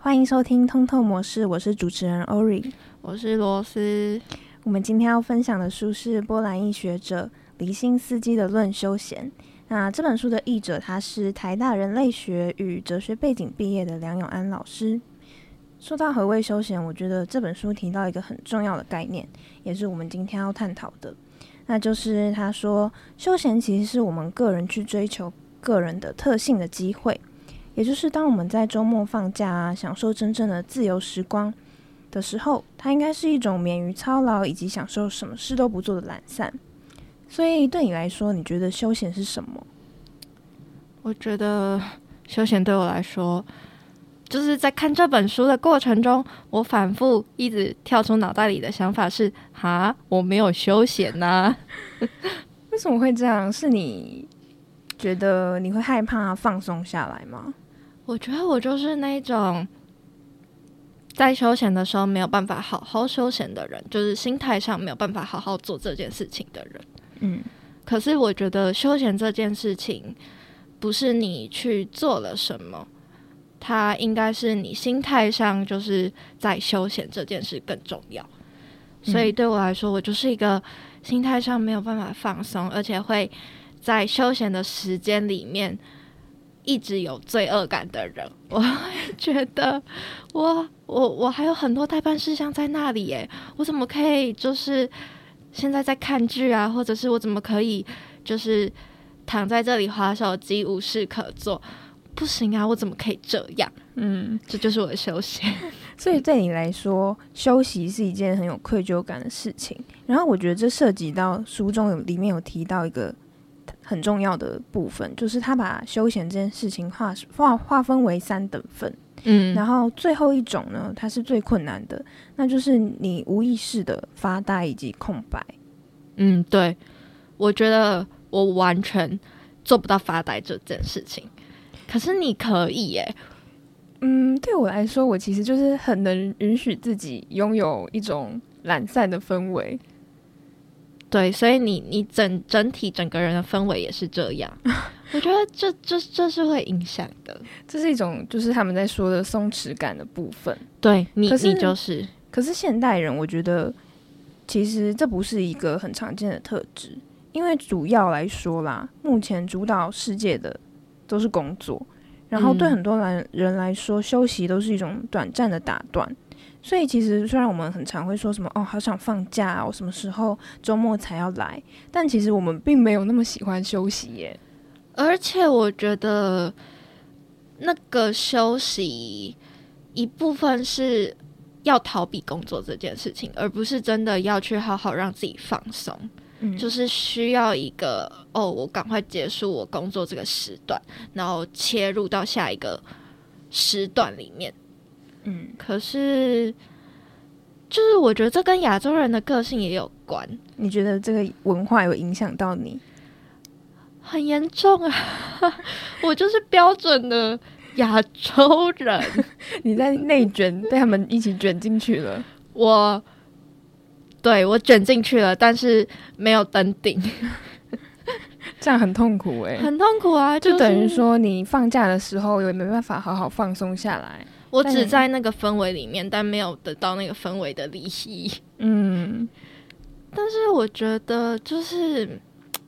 欢迎收听通透模式，我是主持人 Ori， 我是罗斯。 我们今天要分享的书是波兰裔学者黎辛斯基的《论休闲》。那这本书的译者他是台大人类学与哲学背景毕业的梁永安老师。说到何谓休闲，我觉得这本书提到一个很重要的概念，也是我们今天要探讨的，那就是他说休闲其实是我们个人去追求个人的特性的机会，也就是当我们在周末放假享受真正的自由时光的时候，它应该是一种免于操劳以及享受什么事都不做的懒散。所以对你来说，你觉得休闲是什么？ 我觉得休闲对我来说，就是在看这本书的过程中，我反复一直跳出脑袋里的想法是：哈，我没有休闲啊。 为什么会这样？是你觉得你会害怕放松下来吗？ 我觉得我就是那种在休闲的时候没有办法好好休闲的人，就是心态上没有办法好好做这件事情的人。可是我觉得休闲这件事情不是你去做了什么，它应该是你心态上就是在休闲这件事更重要。所以对我来说，我就是一个心态上没有办法放松，而且会在休闲的时间里面一直有罪恶感的人。我会觉得我还有很多待办事项在那里耶，我怎么可以就是现在在看剧啊，或者是我怎么可以就是躺在这里滑手机无事可做？不行啊，我怎么可以这样？这就是我的休闲。 所以对你来说，休息是一件很有愧疚感的事情。然后我觉得这涉及到书中里面有提到一个很重要的部分，就是他把休闲这件事情划分为3等份。然后最后一种呢，它是最困难的，那就是你无意识的发呆以及空白。 对，我觉得我完全做不到发呆这件事情，可是你可以耶。 对我来说，我其实就是很能允许自己拥有一种懒散的氛围。 对，所以你整体整个人的氛围也是这样。我觉得这是会影响的， 这是一种就是他们在说的松弛感的部分。 对你就是， 可是现代人我觉得其实这不是一个很常见的特质，因为主要来说啦，目前主导世界的都是工作，然后对很多人来说，休息都是一种短暂的打断。所以其实虽然我们很常会说什么好想放假我什么时候周末才要来，但其实我们并没有那么喜欢休息耶。 而且我觉得那个休息一部分是要逃避工作这件事情，而不是真的要去好好让自己放松。就是需要一个我赶快结束我工作这个时段，然后切入到下一个时段里面。可是就是我觉得这跟亚洲人的个性也有关。 你觉得这个文化有影响到你？ 很严重啊！我就是标准的亚洲人。 你在内卷，被他们一起卷进去了。 我卷进去了，但是没有登顶。 这样很痛苦耶。 很痛苦啊！ 就等于说你放假的时候也没办法好好放松下来。 我只在那个氛围里面，但没有得到那个氛围的利益。但是我觉得就是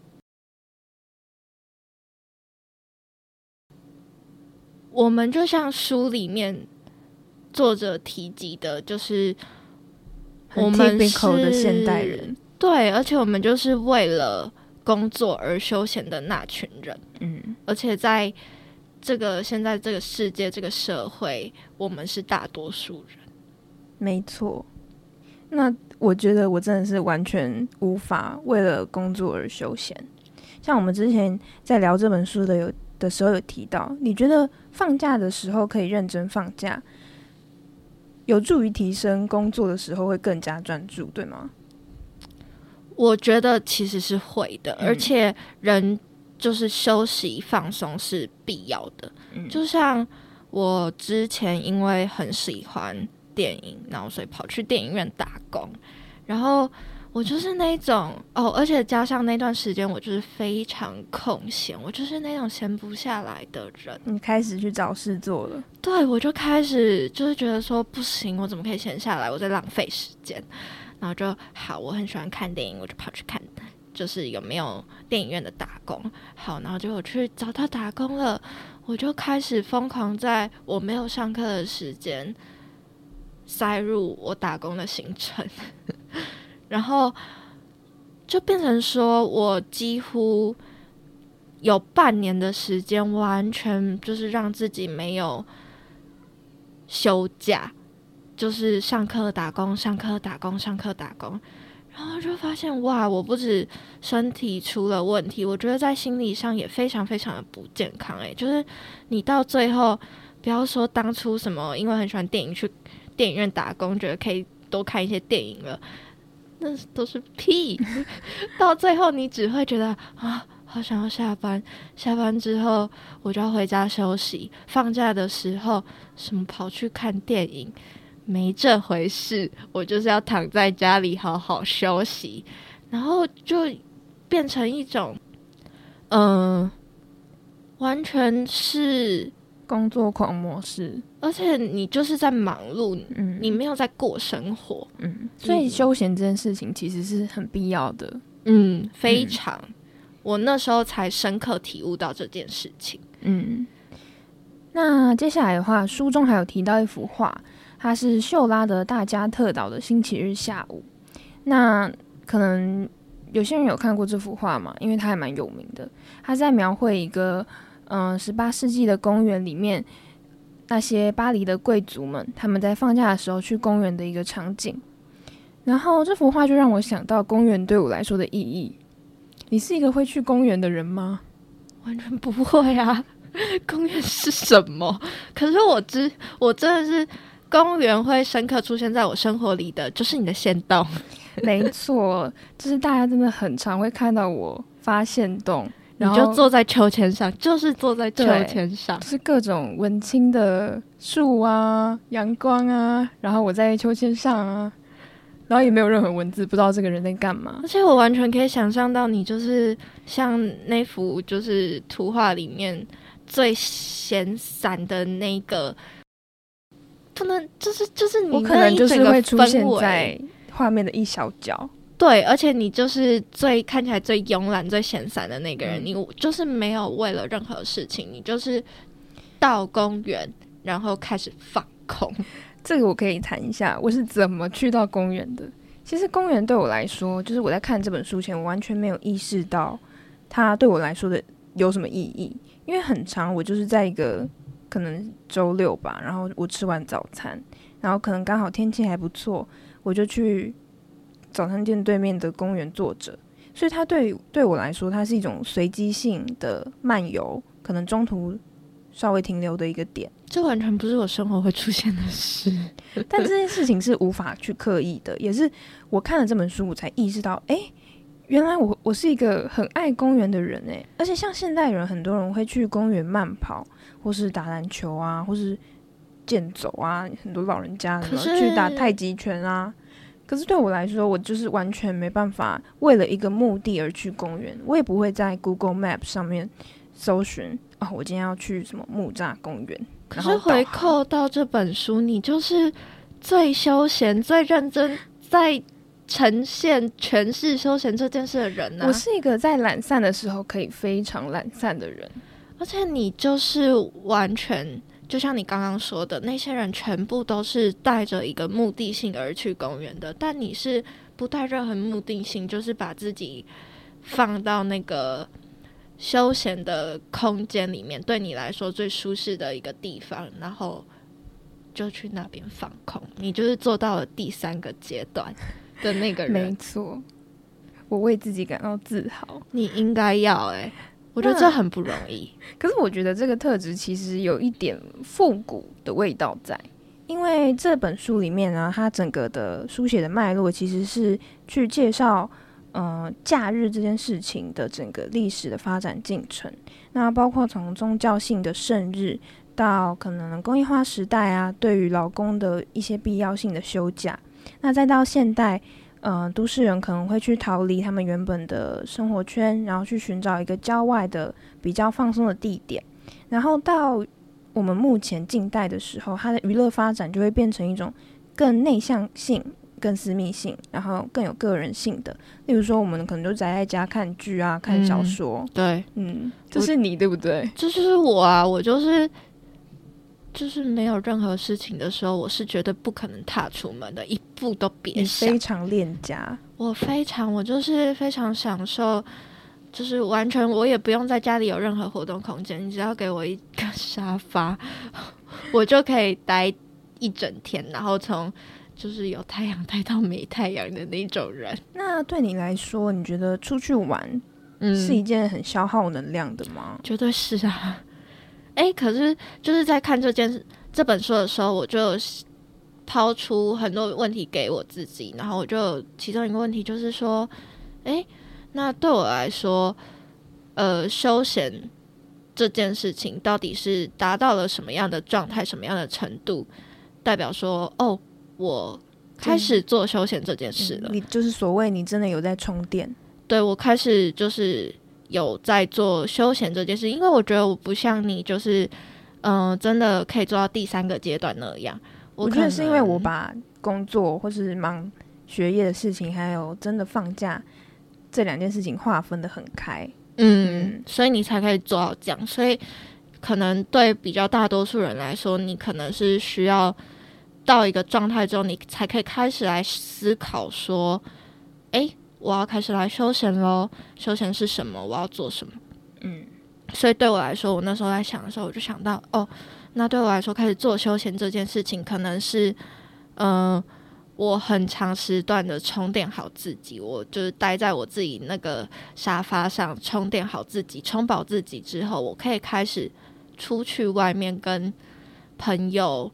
我们就像书里面作者提及的，就是我们是很 typical 的现代人。 对，而且我们就是为了工作而休闲的那群人。而且在现在这个世界这个社会，我们是大多数人。 没错。那我觉得我真的是完全无法为了工作而休闲。像我们之前在聊这本书的时候有提到，你觉得放假的时候可以认真放假，有助于提升工作的时候会更加专注，对吗？ 我觉得其实是会的，而且人就是休息放松是必要的。就像我之前因为很喜欢电影，然后所以跑去电影院打工，然后我就是那种而且加上那段时间我就是非常空闲，我就是那种闲不下来的人。 你开始去找事做了？ 对，我就开始就是觉得说不行，我怎么可以闲下来，我在浪费时间。然后就好，我很喜欢看电影，我就跑去看就是有没有电影院的打工。好，然后就我去找到打工了，我就开始疯狂在我没有上课的时间塞入我打工的行程然后就变成说我几乎有半年的时间完全就是让自己没有休假，就是上课打工上课打工上课打工。然后就发现哇，我不止身体出了问题，我觉得在心理上也非常非常的不健康。就是你到最后不要说当初什么因为很喜欢电影去电影院打工觉得可以多看一些电影了，那都是屁到最后你只会觉得啊，好想要下班，下班之后我就要回家休息，放假的时候什么跑去看电影，没这回事，我就是要躺在家里好好休息。然后就变成一种完全是工作狂模式， 而且你就是在忙碌，你没有在过生活， 所以休闲这件事情其实是很必要的， 非常，我那时候才深刻体悟到这件事情。 那接下来的话，书中还有提到一幅画，它是秀拉的大加特岛的星期日下午。那可能有些人有看过这幅画嘛，因为它还蛮有名的。它在描绘一个18世纪的公园里面，那些巴黎的贵族们他们在放假的时候去公园的一个场景。然后这幅画就让我想到公园对我来说的意义。你是一个会去公园的人吗？ 完全不会啊，公园是什么？可是我真的是公园会深刻出现在我生活里的，就是你的限动。 没错，就是大家真的很常会看到我发限动， 你就坐在秋千上，就是坐在秋千上， 就是各种文青的树啊、阳光啊，然后我在秋千上啊，然后也没有任何文字，不知道这个人在干嘛。 而且我完全可以想象到你就是像那幅就是图画里面最闲散的那个，不能就是你我可能就是会出现在画面的一小角。 对，而且你就是看起来最慵懒最闲散的那个人，你就是没有为了任何事情，你就是到公园然后开始放空。 这个我可以谈一下我是怎么去到公园的。其实公园对我来说，就是我在看这本书前我完全没有意识到它对我来说的有什么意义，因为很长我就是在一个可能周六吧，然后我吃完早餐，然后可能刚好天气还不错，我就去早餐店对面的公园坐着，所以它对我来说，它是一种随机性的漫游，可能中途稍微停留的一个点。 这完全不是我生活会出现的事但这件事情是无法去刻意的，也是我看了这本书我才意识到，原来我是一个很爱公园的人耶。而且像现代人，很多人会去公园慢跑，或是打篮球啊，或是健走啊，很多老人家去打太极拳啊。可是对我来说，我就是完全没办法为了一个目的而去公园，我也不会在 Google Map 上面搜寻我今天要去什么木栅公园。 可是回扣到这本书，你就是最休闲最认真在呈现诠释休闲这件事的人啊。 我是一个在懒散的时候可以非常懒散的人， 而且你就是完全就像你刚刚说的，那些人全部都是带着一个目的性而去公园的，但你是不带任何目的性，就是把自己放到那个休闲的空间里面，对你来说最舒适的一个地方，然后就去那边放空。你就是做到了第3个阶段的那个人。 没错，我为自己感到自豪。 你应该要我觉得这很不容易。 可是我觉得这个特质其实有一点复古的味道在，因为这本书里面呢，它整个的书写的脉络其实是去介绍假日这件事情的整个历史的发展进程。那包括从宗教性的圣日到可能工业化时代啊，对于劳工的一些必要性的休假，那再到现代都市人可能会去逃离他们原本的生活圈，然后去寻找一个郊外的比较放松的地点。然后到我们目前近代的时候，它的娱乐发展就会变成一种更内向性、更私密性，然后更有个人性的。例如说，我们可能就宅在家看剧啊、看小说。 对， 这是你对不对？ 这就是我啊，我就是没有任何事情的时候，我是绝对不可能踏出门的，一步都别想。 你非常恋家， 我就是非常享受，就是完全我也不用在家里有任何活动空间，你只要给我一个沙发，我就可以待一整天，然后从就是有太阳待到没太阳的那种人。 那对你来说，你觉得出去玩是一件很消耗能量的吗？ 绝对是啊。可是就是在看这本书的时候，我就抛出很多问题给我自己，然后我就其中一个问题就是说，那对我来说，休闲这件事情到底是达到了什么样的状态、什么样的程度，代表说，我开始做休闲这件事了。 你就是所谓你真的有在充电。 对，我开始就是有在做休闲这件事，因为我觉得我不像你，就是真的可以做到第3个阶段那样。 我觉得是因为我把工作或是忙学业的事情，还有真的放假这2件事情划分得很开。 所以你才可以做到这样。所以可能对比较大多数人来说，你可能是需要到一个状态之后，你才可以开始来思考说，我要开始来休闲咯，休闲是什么，我要做什么。所以对我来说，我那时候在想的时候，我就想到，那对我来说开始做休闲这件事情，可能是我很长时段的充电好自己，我就是待在我自己那个沙发上充电好自己，充饱自己之后，我可以开始出去外面跟朋友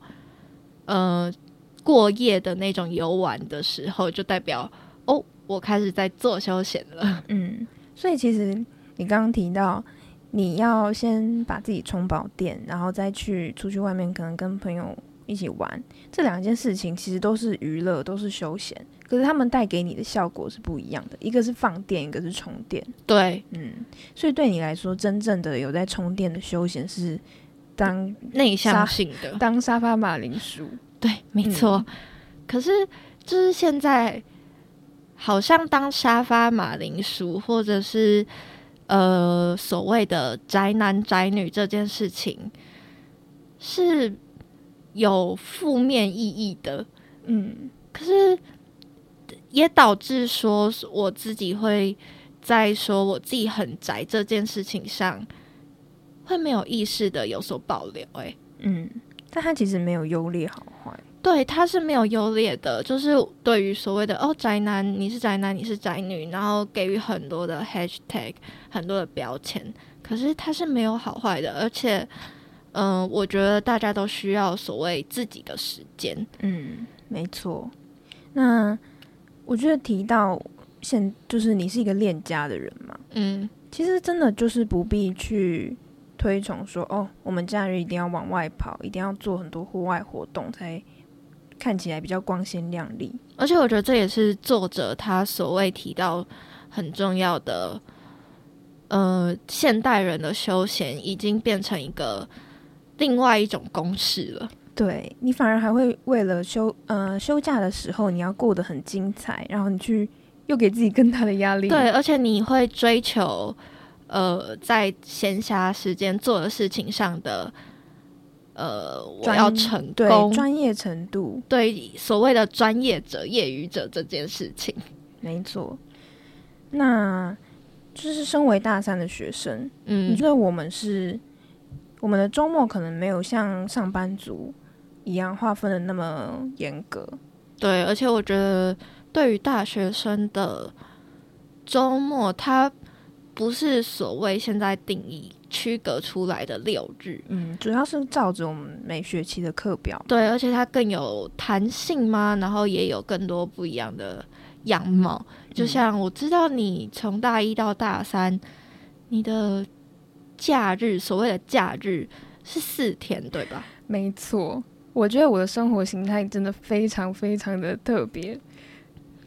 过夜的那种游玩的时候，就代表我开始在做休闲了。 所以其实你刚刚提到你要先把自己充饱电，然后再出去外面可能跟朋友一起玩，这2件事情其实都是娱乐，都是休闲，可是他们带给你的效果是不一样的，一个是放电，一个是充电。 对， 所以对你来说，真正的有在充电的休闲是当内向性的， 当沙发马铃薯。 对，没错。可是就是现在好像当沙发马铃薯或者是所谓的宅男宅女这件事情是有负面意义的。可是也导致说我自己会在说我自己很宅这件事情上会没有意识的有所保留。 但它其实没有优劣好坏。 对，它是没有优劣的，就是对于所谓的宅男，你是宅男，你是宅女，然后给予很多的 hashtag， 很多的标签，可是它是没有好坏的。而且我觉得大家都需要所谓自己的时间。 没错。那我觉得提到就是你是一个恋家的人嘛，其实真的就是不必去推崇说我们假日一定要往外跑，一定要做很多户外活动才看起来比较光鲜亮丽。 而且我觉得这也是作者他所谓提到很重要的现代人的休闲已经变成一个另外一种公式了。 对，你反而还会为了休假的时候你要过得很精彩，然后你去又给自己更大的压力。 对，而且你会追求在闲暇时间做的事情上的我要成功， 对，专业程度， 对，所谓的专业者、业余者这件事情。 没错。那就是身为大3的学生，你觉得我们的周末可能没有像上班族一样划分的那么严格。 对，而且我觉得对于大学生的周末，它不是所谓现在定义区隔出来的6日， 主要是照着我们每学期的课表。 对，而且它更有弹性嘛，然后也有更多不一样的样貌。就像我知道你从大1到大3，你的假日，所谓的假日是4天，对吧？ 没错，我觉得我的生活形态真的非常非常的特别。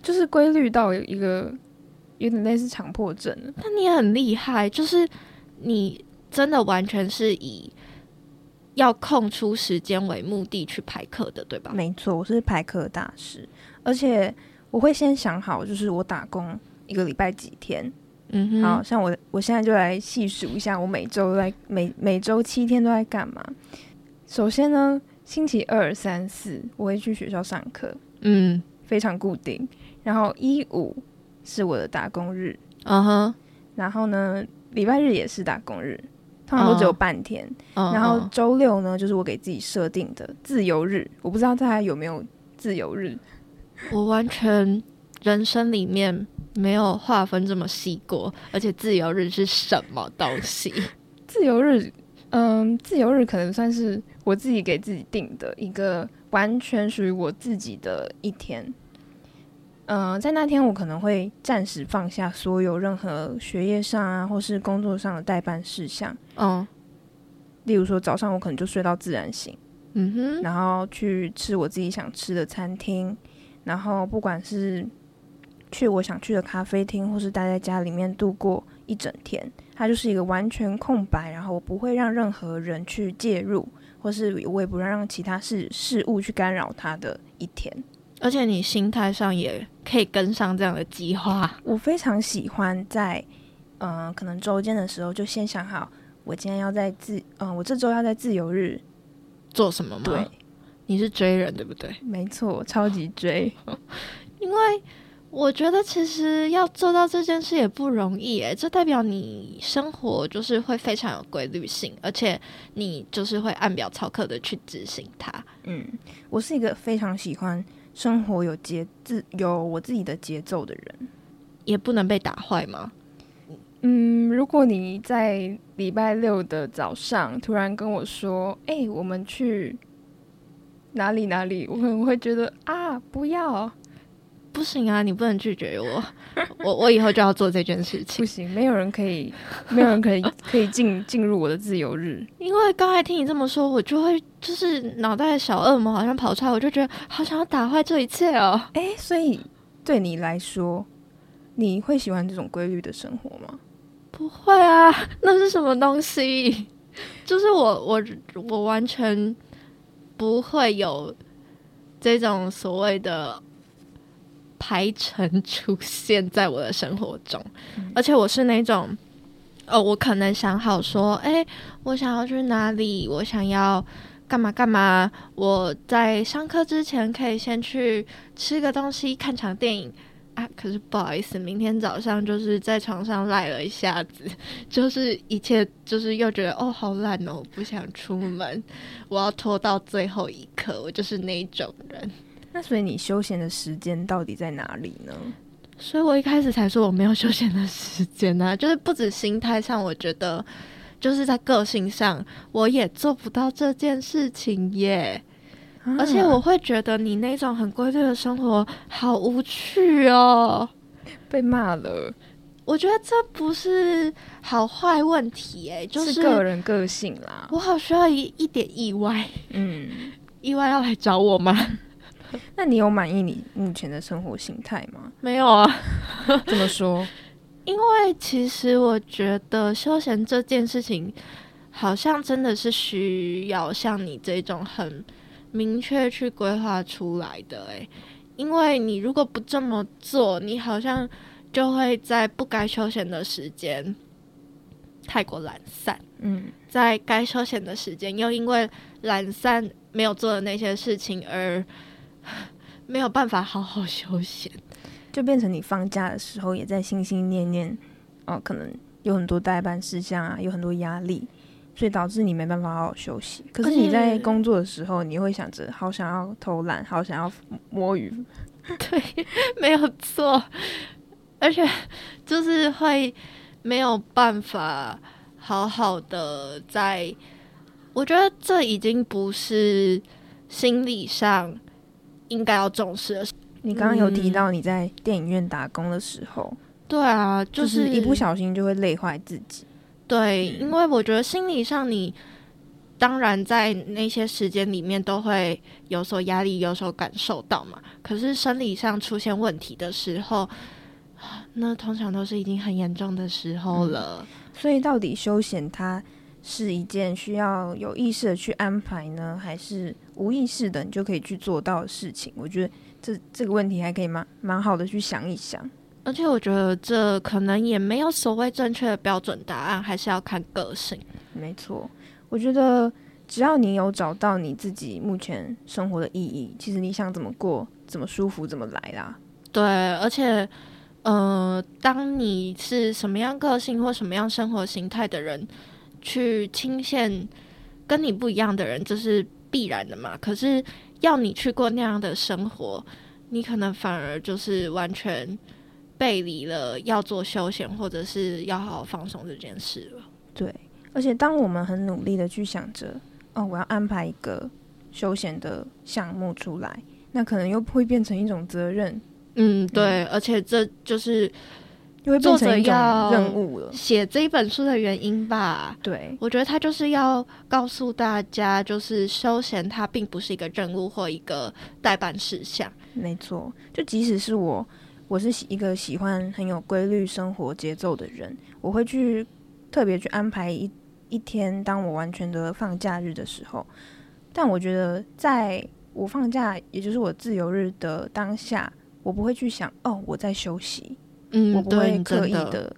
就是规律到有一个有点类似强迫症。 那你也很厉害，就是你真的完全是以要空出时间为目的去排课的，对吧？ 没错，我是排课大师，而且我会先想好，就是我打工一个礼拜几天。好像我现在就来细数一下，我每周7天都在干嘛。首先呢，星期2、3、4我会去学校上课，非常固定。然后1、5是我的打工日，然后呢，礼拜日也是打工日，通常都只有半天。然后周6呢，就是我给自己设定的自由日。我不知道大家有没有自由日？ 我完全人生里面没有划分这么细过，而且自由日是什么东西？ 自由日，自由日可能算是我自己给自己定的一个完全属于我自己的一天。在那天我可能会暂时放下所有任何学业上啊，或是工作上的待办事项。例如说早上我可能就睡到自然醒，然后去吃我自己想吃的餐厅，然后不管是去我想去的咖啡厅，或是待在家里面度过一整天，它就是一个完全空白，然后我不会让任何人去介入，或是我也不让其他事物去干扰它的一天。 而且你心态上也可以跟上这样的计划。 我非常喜欢在可能周间的时候就先想好，我今天要在我这周要在自由日做什么吗？对，你是追人对不对？ 没错，超级追。 因为我觉得其实要做到这件事也不容易耶，这代表你生活就是会非常有规律性，而且你就是会按表操课的去执行它。 我是一个非常喜欢生活有我自己的节奏的人。 也不能被打坏吗？ 如果你在礼拜6的早上突然跟我说我们去哪里哪里，我可能会觉得不要。 不行啊，你不能拒绝我。我以后就要做这件事情。 不行，没有人可以进入我的自由日。 因为刚才听你这么说，我就会就是脑袋的小恶魔好像跑出来，我就觉得好想要打坏这一切哦。 所以对你来说，你会喜欢这种规律的生活吗？ 不会啊，那是什么东西？就是我完全不会有这种所谓的排程出现在我的生活中。而且我是那种我可能想好说我想要去哪里，我想要干嘛干嘛，我在上课之前可以先去吃个东西，看场电影可是不好意思，明天早上就是在床上赖了一下子，就是一切就是又觉得好烂哦，不想出门，我要拖到最后一刻，我就是那一种人。 那所以你休闲的时间到底在哪里呢？ 所以我一开始才说我没有休闲的时间啊，就是不止心态上，我觉得就是在个性上我也做不到这件事情耶。而且我会觉得你那种很规律的生活好无趣哦。 被骂了。 我觉得这不是好坏问题耶，就是个人个性啦。 我好需要一点意外。意外要来找我吗？ 那你有满意你目前的生活形态吗？ 没有啊。 怎么说？ 因为其实我觉得休闲这件事情好像真的是需要像你这种很明确去规划出来的因为你如果不这么做，你好像就会在不该休闲的时间太过懒散，在该休闲的时间又因为懒散没有做的那些事情而没有办法好好休闲， 就变成你放假的时候也在心心念念可能有很多待办事项有很多压力，所以导致你没办法好好休息。可是你在工作的时候，你会想着好想要偷懒，好想要摸鱼。 对，没有错。而且就是会没有办法好好的我觉得这已经不是心理上应该要重视的事。 你刚刚有提到你在电影院打工的时候， 对啊，就是一不小心就会累坏自己。 对，因为我觉得心理上你当然在那些时间里面都会有所压力，有所感受到嘛。可是生理上出现问题的时候，那通常都是已经很严重的时候了。 所以到底休闲它是一件需要有意识的去安排呢，还是无意识的你就可以去做到的事情？我觉得这个问题还可以蛮好的去想一想。 而且我觉得这可能也没有所谓正确的标准答案，还是要看个性。 没错，我觉得只要你有找到你自己目前生活的意义，其实你想怎么过怎么舒服怎么来啦。 对，而且当你是什么样个性或什么样生活形态的人，去倾陷跟你不一样的人，这是必然的嘛。可是要你去过那样的生活，你可能反而就是完全背离了要做休闲或者是要好好放松这件事了。 对，而且当我们很努力的去想着我要安排一个休闲的项目出来，那可能又会变成一种责任。 对，而且这就是又会变成一种任务了。 写这一本书的原因吧。 对， 我觉得他就是要告诉大家，就是休闲它并不是一个任务或一个待办事项。 没错，就即使是我是一个喜欢很有规律生活节奏的人，我会去特别去安排一天，当我完全的放假日的时候。但我觉得在我放假，也就是我自由日的当下，我不会去想我在休息，我不会刻意的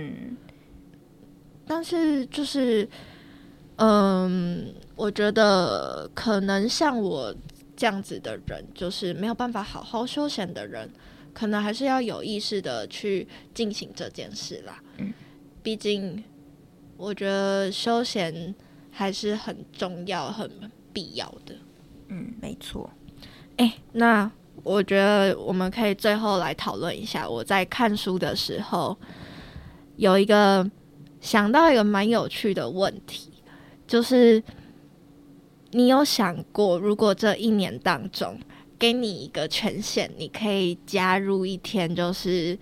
但是就是我觉得可能像我这样子的人，就是没有办法好好休闲的人，可能还是要有意识的去进行这件事啦。毕竟我觉得休闲还是很重要很必要的。 没错。 那我觉得我们可以最后来讨论一下，我在看书的时候想到一个蛮有趣的问题，就是你有想过，如果这一年当中给你一个权限，你可以加入一天，就是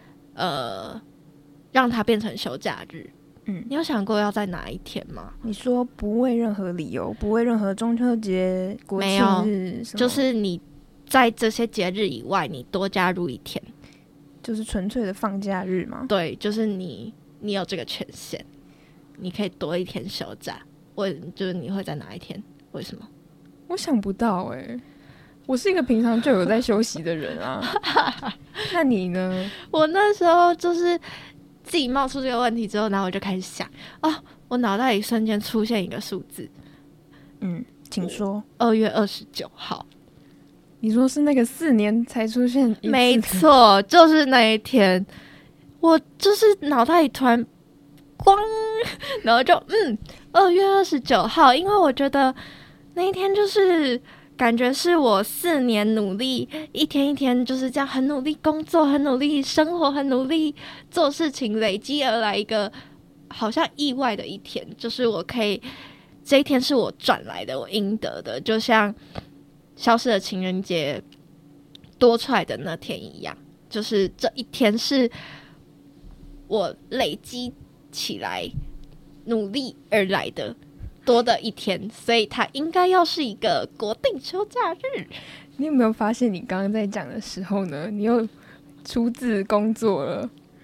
让它变成休假日，你有想过要在哪一天吗？你说不为任何理由，不为任何中秋节、国庆日什么， 就是你在这些节日以外，你多加入一天， 就是纯粹的放假日吗？ 对，就是你有这个权限，你可以多一天休假。就是你会在哪一天？为什么？ 我想不到我是一个平常就有在休息的人啊。那你呢？ 我那时候就是自己冒出这个问题之后，然后我就开始想，我脑袋里瞬间出现一个数字。 请说。 2月29号。 你说是那个4年才出现一次？ 没错，就是那一天。我就是脑袋里突然光，然后就2月29号，因为我觉得那一天就是感觉是我4年努力一天一天就是这样很努力工作，很努力生活，很努力做事情累积而来一个好像意外的一天，就是我可以这一天是我赚来的，我应得的，就像消失的情人节多出来的那天一样，就是这一天是我累积起来努力而来的多的一天，所以它应该要是一个国定休假日。 你有没有发现你刚刚在讲的时候呢，你又出自工作了？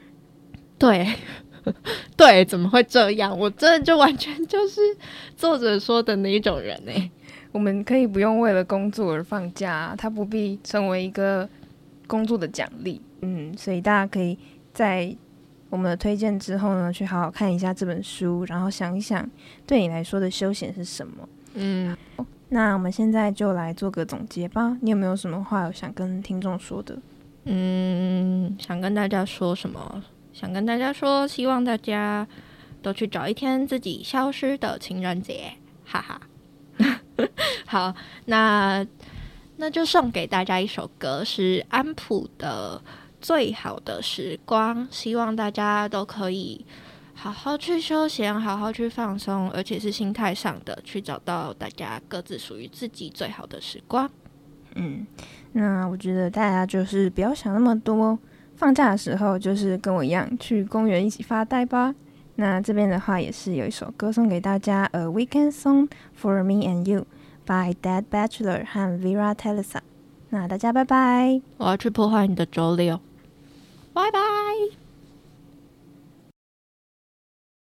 对，怎么会这样？我真的就完全就是作者说的那一种人我们可以不用为了工作而放假，它不必成为一个工作的奖励。所以大家可以在我们的推荐之后呢，去好好看一下这本书，然后想一想对你来说的休闲是什么。那我们现在就来做个总结吧。你有没有什么话有想跟听众说的？ 想跟大家说什么？想跟大家说，希望大家都去找一天自己消失的情人节，哈哈。好，那就送给大家一首歌，是安普的最好的时光，希望大家都可以好好去休闲，好好去放松，而且是心态上的，去找到大家各自属于自己最好的时光。 那我觉得大家就是不要想那么多，放假的时候就是跟我一样去公园一起发呆吧。 那这边的话也是有一首歌送给大家， A Weekend Song for Me and You by Dead Bachelor 和 Vera Telesa。那大家拜拜， 我要去破坏你的周六，拜拜。